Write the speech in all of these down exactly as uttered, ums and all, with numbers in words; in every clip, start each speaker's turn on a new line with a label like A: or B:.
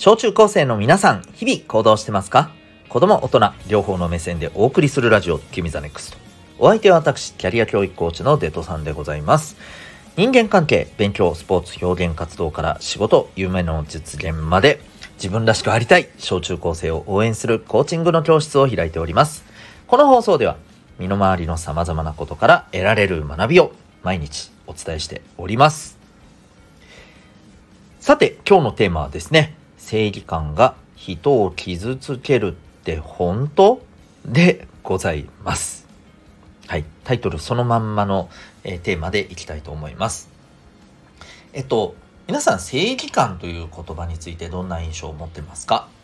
A: 小中高生の皆さん、日々行動してますか？子供大人両方の目線でお送りするラジオ、君ザネクスト。お相手は私、キャリア教育コーチのデトさんでございます。人間関係、勉強、スポーツ、表現活動から仕事、夢の実現まで、自分らしくありたい小中高生を応援するコーチングの教室を開いております。この放送では身の回りの様々なことから得られる学びを毎日お伝えしております。さて、今日のテーマはですね、正義感が人を傷つけるって本当でございます。はい、タイトルそのまんまの、えー、テーマでいきたいと思います。えっと皆さん、正義感という言葉についてどんな印象を持ってますか？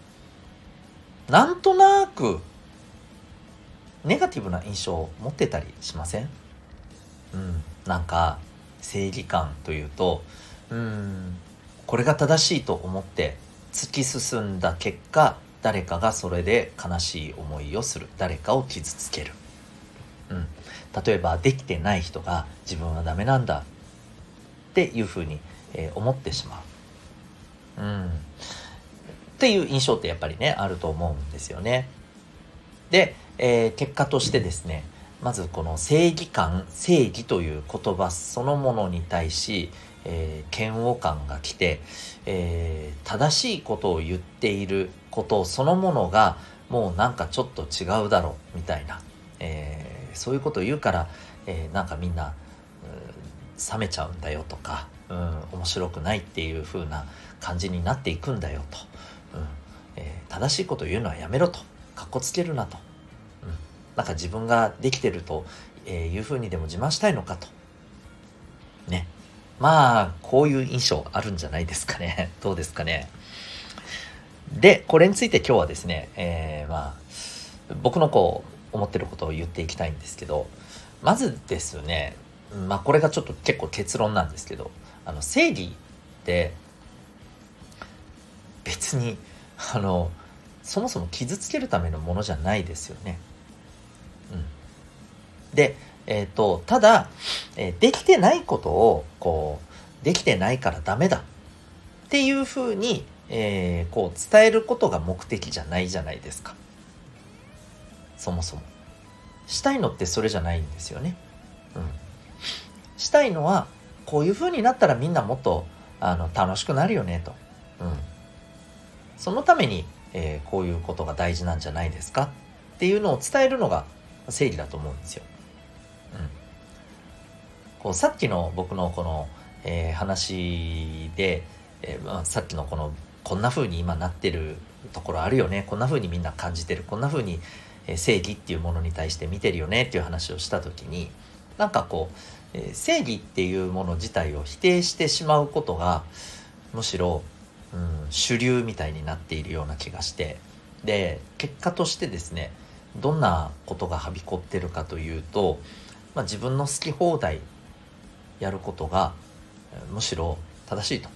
A: なんとなくネガティブな印象を持ってたりしません？うん、なんか正義感というと、うーんこれが正しいと思って突き進んだ結果、誰かがそれで悲しい思いをする、誰かを傷つける、うん、例えばできてない人が自分はダメなんだっていうふうに、えー、思ってしまう、うん、っていう印象ってやっぱりねあると思うんですよね。で、えー、結果としてですね、まずこの正義感、正義という言葉そのものに対し、えー、嫌悪感が来て、えー、正しいことを言っていることそのものがもうなんかちょっと違うだろうみたいな、えー、そういうことを言うから、えー、なんかみんな、冷めちゃうんだよとか、うん、面白くないっていう風な感じになっていくんだよと、うんえー、正しいことを言うのはやめろと、かっこつけるなと、うん、なんか自分ができてると、えー、いう風にでも自慢したいのかとね。まあこういう印象あるんじゃないですかね。どうですかね。で、これについて今日はですね、えー、まあ僕のこう思ってることを言っていきたいんですけど、まずですね、まあこれがちょっと結構結論なんですけど、あの正義って別にあのそもそも傷つけるためのものじゃないですよね。うん。で、えっとただ、えーできてないことをこうできてないからダメだっていうふうに、えーこう伝えることが目的じゃないじゃないですか。そもそもしたいのってそれじゃないんですよね。うん。したいのはこういう風になったらみんなもっとあの楽しくなるよねと、うん、そのために、えーこういうことが大事なんじゃないですかっていうのを伝えるのが正義だと思うんですよ。うん、こうさっきの僕のこの、えー話で、えーまあ、さっきのこのこんな風に今なってるところあるよね、こんな風にみんな感じてる、こんな風に、えー正義っていうものに対して見てるよねっていう話をした時に、なんかこうえー正義っていうもの自体を否定してしまうことがむしろ、うん、主流みたいになっているような気がして、で結果としてですね、どんなことがはびこってるかというと、まあ、自分の好き放題やることがむしろ正しいと、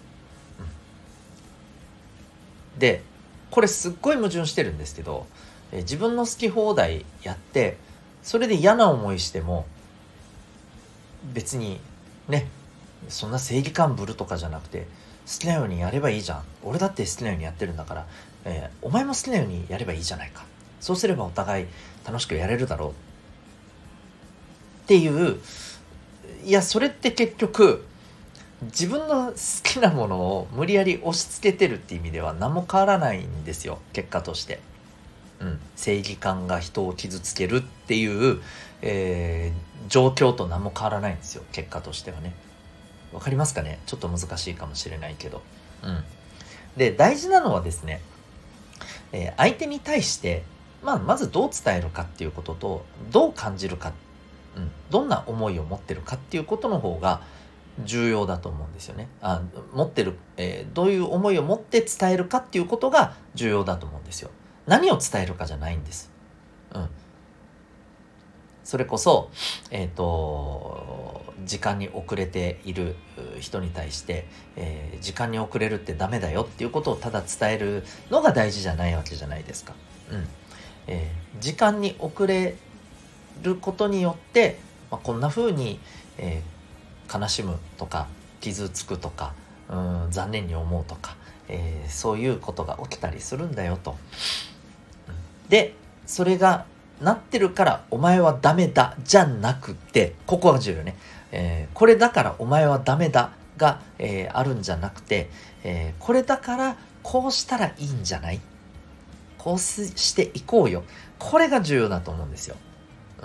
A: うん、でこれすっごい矛盾してるんですけど、えー自分の好き放題やってそれで嫌な思いしても別にね、そんな正義感ぶるとかじゃなくて、好きなようにやればいいじゃん、俺だって好きなようにやってるんだから、えーお前も好きなようにやればいいじゃないか、そうすればお互い楽しくやれるだろうっていう、いやそれって結局自分の好きなものを無理やり押し付けてるって意味では何も変わらないんですよ、結果として。うん、正義感が人を傷つけるっていう、えー状況と何も変わらないんですよ、結果としてはね。わかりますかね。ちょっと難しいかもしれないけど、うん。で大事なのはですね、えー相手に対して、まあ、まずどう伝えるかっていうことと、どう感じるか、うん、どんな思いを持ってるかっていうことの方が重要だと思うんですよね。あ持ってる、えーどういう思いを持って伝えるかっていうことが重要だと思うんですよ。何を伝えるかじゃないんです。うん。それこそ、えっと、時間に遅れている人に対して、えー時間に遅れるってダメだよっていうことをただ伝えるのが大事じゃないわけじゃないですか。うんえー時間に遅れることによって、まあ、こんな風に、えー悲しむとか傷つくとか、うん残念に思うとか、 えー、そういうことが起きたりするんだよと。でそれがなってるからお前はダメだじゃなくて、ここが重要ね、えー、これだからお前はダメだが、えー、あるんじゃなくて、えー、これだからこうしたらいいんじゃない、こうしていこうよ、これが重要だと思うんですよ。うん、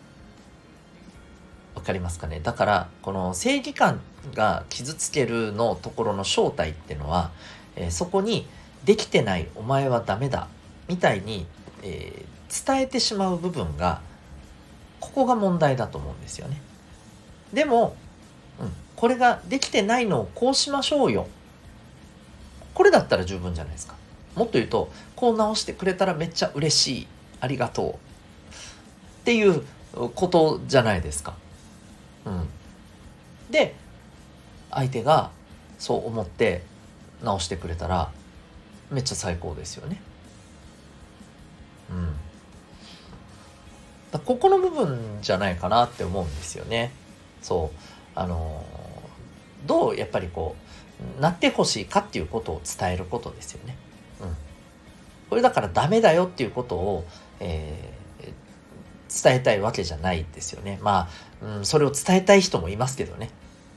A: わかりますかね。だからこの正義感が傷つけるのところの正体っていうのは、えー、そこにできてないお前はダメだみたいに、えー伝えてしまう部分が、ここが問題だと思うんですよね。でも、うん、これができてないのをこうしましょうよ、これだったら十分じゃないですか。もっと言うと、こう直してくれたらめっちゃ嬉しい、ありがとうっていうことじゃないですか。うん、で相手がそう思って直してくれたらめっちゃ最高ですよね。うん、だここの部分じゃないかなって思うんですよね。そうあのー、どうやっぱりこうなってほしいかっていうことを伝えることですよね。うん、これだからダメだよっていうことを、えー、伝えたいわけじゃないですよね。まあ、うん、それを伝えたい人もいますけどね。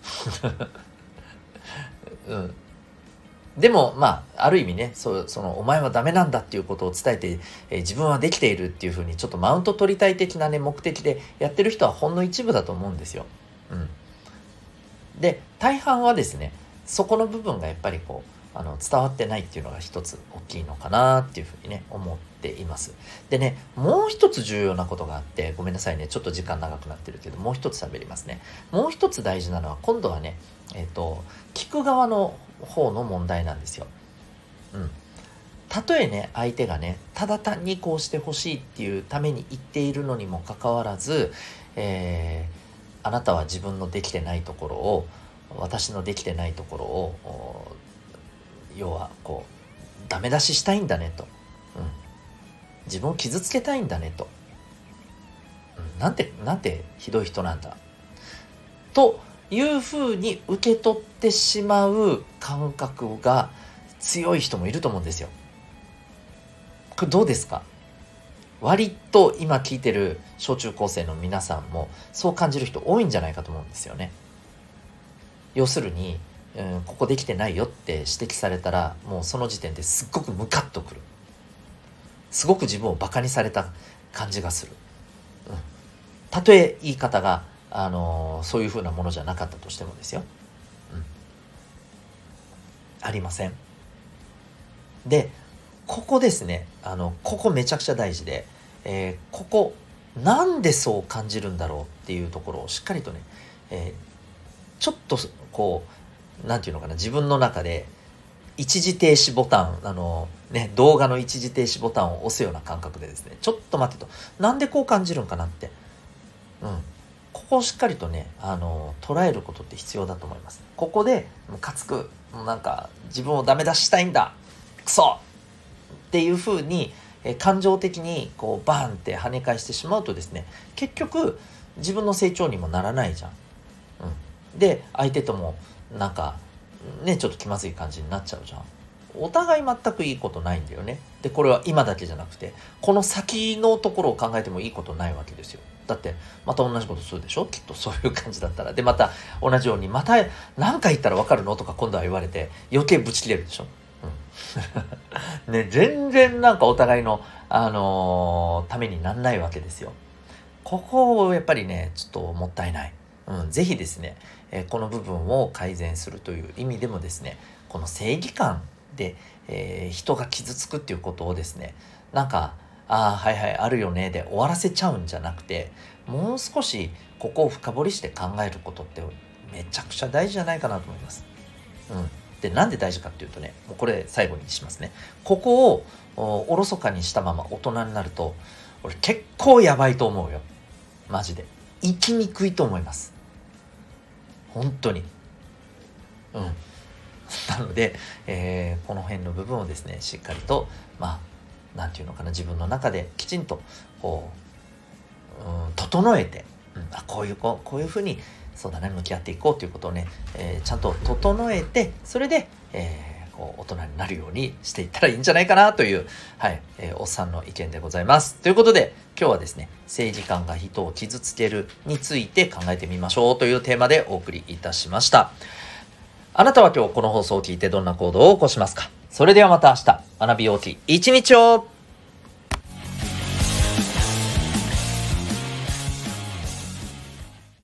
A: うん、でもまあある意味ね、そそのお前はダメなんだっていうことを伝えて、えー、自分はできているっていうふうにちょっとマウント取りたい的なね目的でやってる人はほんの一部だと思うんですよ。うん、で大半はですね、そこの部分がやっぱりこうあの伝わってないっていうのが一つ大きいのかなっていうふうにね思っています。でね、もう一つ重要なことがあって、ごめんなさいね、ちょっと時間長くなってるけどもう一つ喋りますね。もう一つ大事なのは今度はね、えっと聞く側の方の問題なんですよ。うん、たとえね相手がねただ単にこうしてほしいっていうために言っているのにもかかわらず、えー、あなたは自分のできてないところを、私のできてないところを要はこうダメ出ししたいんだねと、うん、自分を傷つけたいんだねと、うん、なんてなんてひどい人なんだというふうに受け取ってしまう感覚が強い人もいると思うんですよ。これどうですか？割と今聞いてる小中高生の皆さんもそう感じる人多いんじゃないかと思うんですよね。要するに、うん、ここできてないよって指摘されたらもうその時点ですっごくムカッとくる。すごく自分をバカにされた感じがする。うん、たとえ言い方が、あのー、そういう風なものじゃなかったとしてもですよ。うん、ありません。でここですね、あのここめちゃくちゃ大事で、えー、ここなんでそう感じるんだろうっていうところをしっかりとね、えー、ちょっとこうなんていうのかな、自分の中で一時停止ボタン、あのね動画の一時停止ボタンを押すような感覚でですね、ちょっと待ってと、なんでこう感じるんかなって、うん、ここをしっかりとね、あの捉えることって必要だと思います。ここでムカつく、もうなんか自分をダメ出ししたいんだ、クソっていう風に、えー、感情的にこうバーンって跳ね返してしまうとですね、結局自分の成長にもならないじゃん。うん、で相手ともなんかねちょっと気まずい感じになっちゃうじゃん。お互い全くいいことないんだよね。でこれは今だけじゃなくてこの先のところを考えてもいいことないわけですよ。だってまた同じことするでしょ、きっとそういう感じだったら。でまた同じようにまた何回言ったら分かるのとか今度は言われて余計ブチ切れるでしょ。うん、ね、全然なんかお互いの、あのー、ためになんないわけですよ。ここをやっぱりねちょっともったいない。うん、ぜひですね、えー、この部分を改善するという意味でもですね、この正義感で、えー、人が傷つくっていうことをですね、なんかああはいはいあるよねで終わらせちゃうんじゃなくて、もう少しここを深掘りして考えることってめちゃくちゃ大事じゃないかなと思います。うん、でなんで大事かっていうとね、もうこれ最後にしますね。ここをおろそかにしたまま大人になると俺結構やばいと思うよ。マジで生きにくいと思います、本当に。うん、なので、えー、この辺の部分をですねしっかりとまあなんていうのかな、自分の中できちんとこう、うん、整えて、うん、あこういうこうこういうふうにそうだね向き合っていこうということをね、えー、ちゃんと整えて、それで、えー、 こう大人になるようにしていったらいいんじゃないかなという、はい、えー、おっさんの意見でございます。ということで今日はですね、正義感が人を傷つけるについて考えてみましょうというテーマでお送りいたしました。あなたは今日この放送を聞いてどんな行動を起こしますか？それではまた明日、学び大きい一日を。